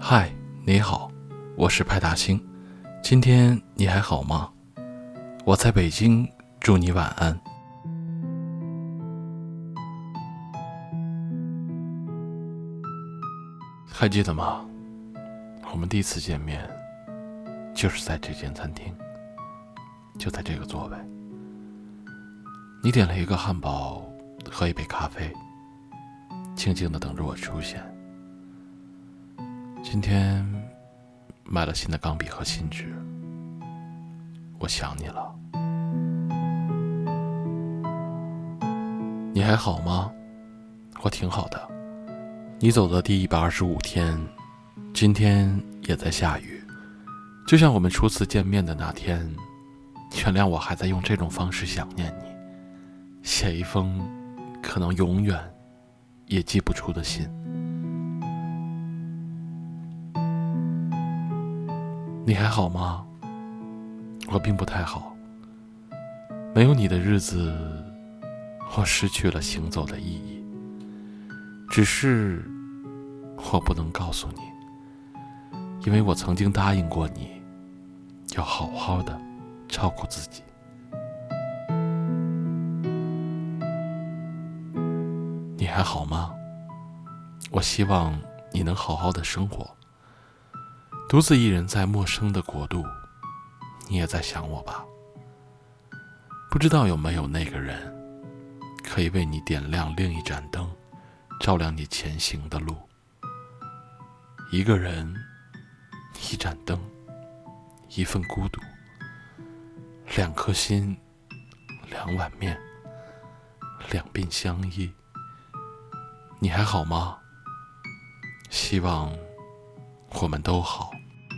嗨，你好，我是派大星，今天你还好吗？我在北京，祝你晚安。还记得吗？我们第一次见面就是在这间餐厅，就在这个座位。你点了一个汉堡和一杯咖啡，静静地等着我出现。今天买了新的钢笔和新纸，我想你了。你还好吗？我挺好的。你走的第125天，今天也在下雨，就像我们初次见面的那天。原谅我还在用这种方式想念你，写一封可能永远也寄不出的信。你还好吗？我并不太好。没有你的日子，我失去了行走的意义。只是我不能告诉你，因为我曾经答应过你，要好好的照顾自己。你还好吗？我希望你能好好的生活。独自一人在陌生的国度，你也在想我吧？不知道有没有那个人，可以为你点亮另一盏灯，照亮你前行的路。一个人，一盏灯，一份孤独，2颗心，2碗面，2鬓相依。你还好吗？希望我们都好。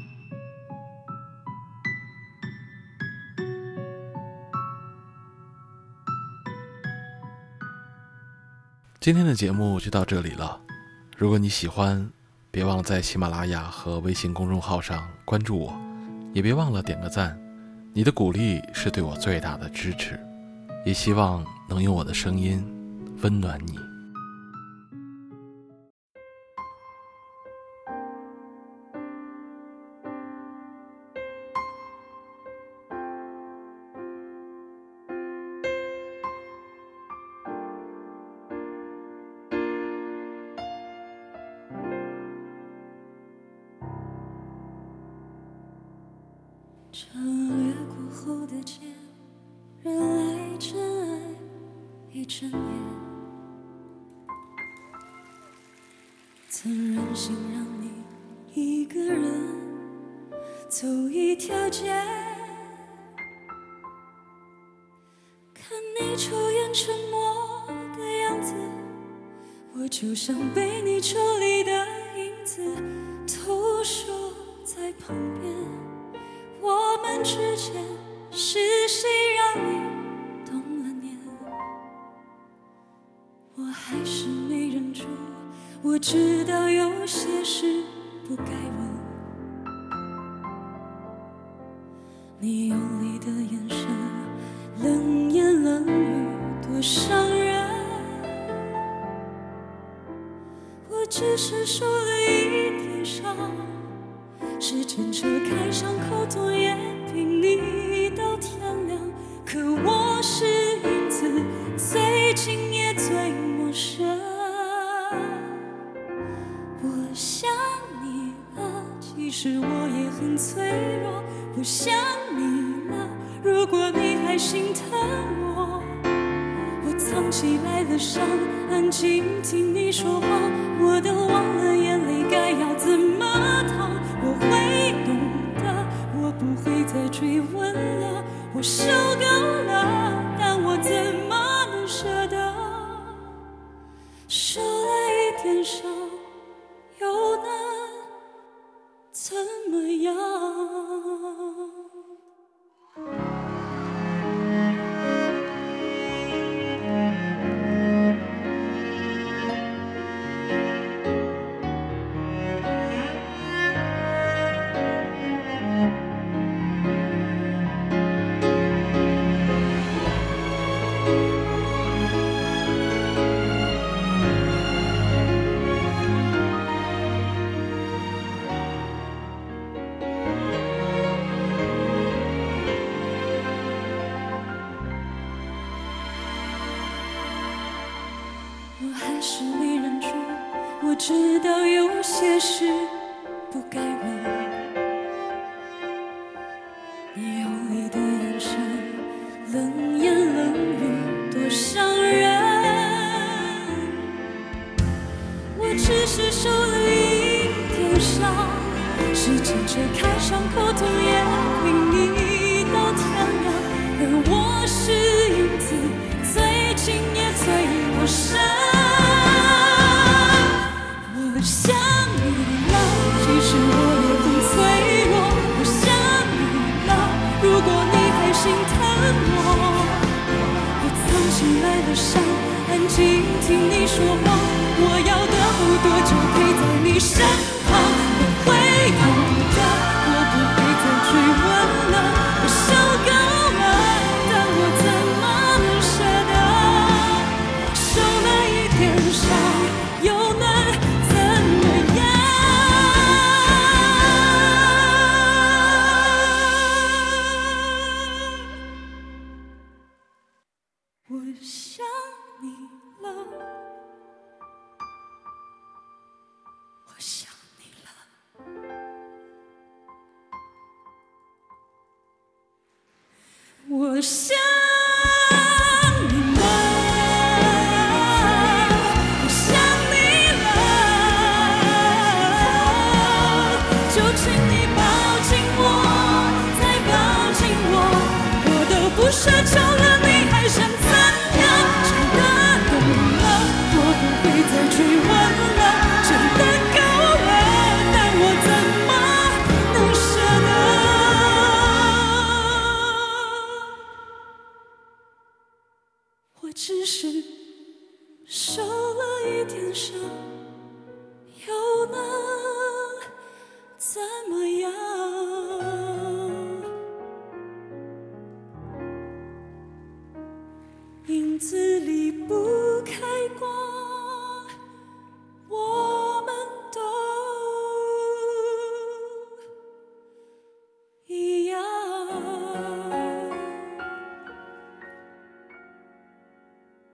今天的节目就到这里了。如果你喜欢，别忘了在喜马拉雅和微信公众号上关注我，也别忘了点个赞。你的鼓励是对我最大的支持，也希望能用我的声音温暖你。 这掠过后的街，人来真爱一整夜，曾任性让你一个人走一条街，看你抽烟沉默的样子，我就像被你抽离的影子，投射在旁边。我们之间是谁让你动了念？我还是没忍住，我知道有些事不该问。你用力的眼神，冷言冷语多伤人。我只是受了一点伤，是真车开伤口痛也凭你到天亮。可我是影子，最近也最陌生。我想你了，其实我也很脆弱。我想你了，如果你还心疼我，我藏起来了伤，安静听你说话，我都忘了眼泪该要怎么淌。我会懂得，我不会再追问了，我受够了，但我怎么能舍得？受了一点伤，又能怎么样？ 是没忍住，我知道有些事不该问。你游离的眼神，冷言冷语，多伤人。我只是受了一点伤，时间遮开伤口，痛也为你到天亮。而我是影子，最近也最陌生。我想你了，其实我也很脆弱。我想你了，如果你还心疼我，我藏起来的伤，安静听你说话。我要的不多，就陪在你身旁。我会懂的，我不会再追问了。我受够了，但我怎么能舍得？受了一点伤，又能怎么样？我想你了，我想你了，我想你了，我想你了，就请你抱紧我，再抱紧我，我都不奢求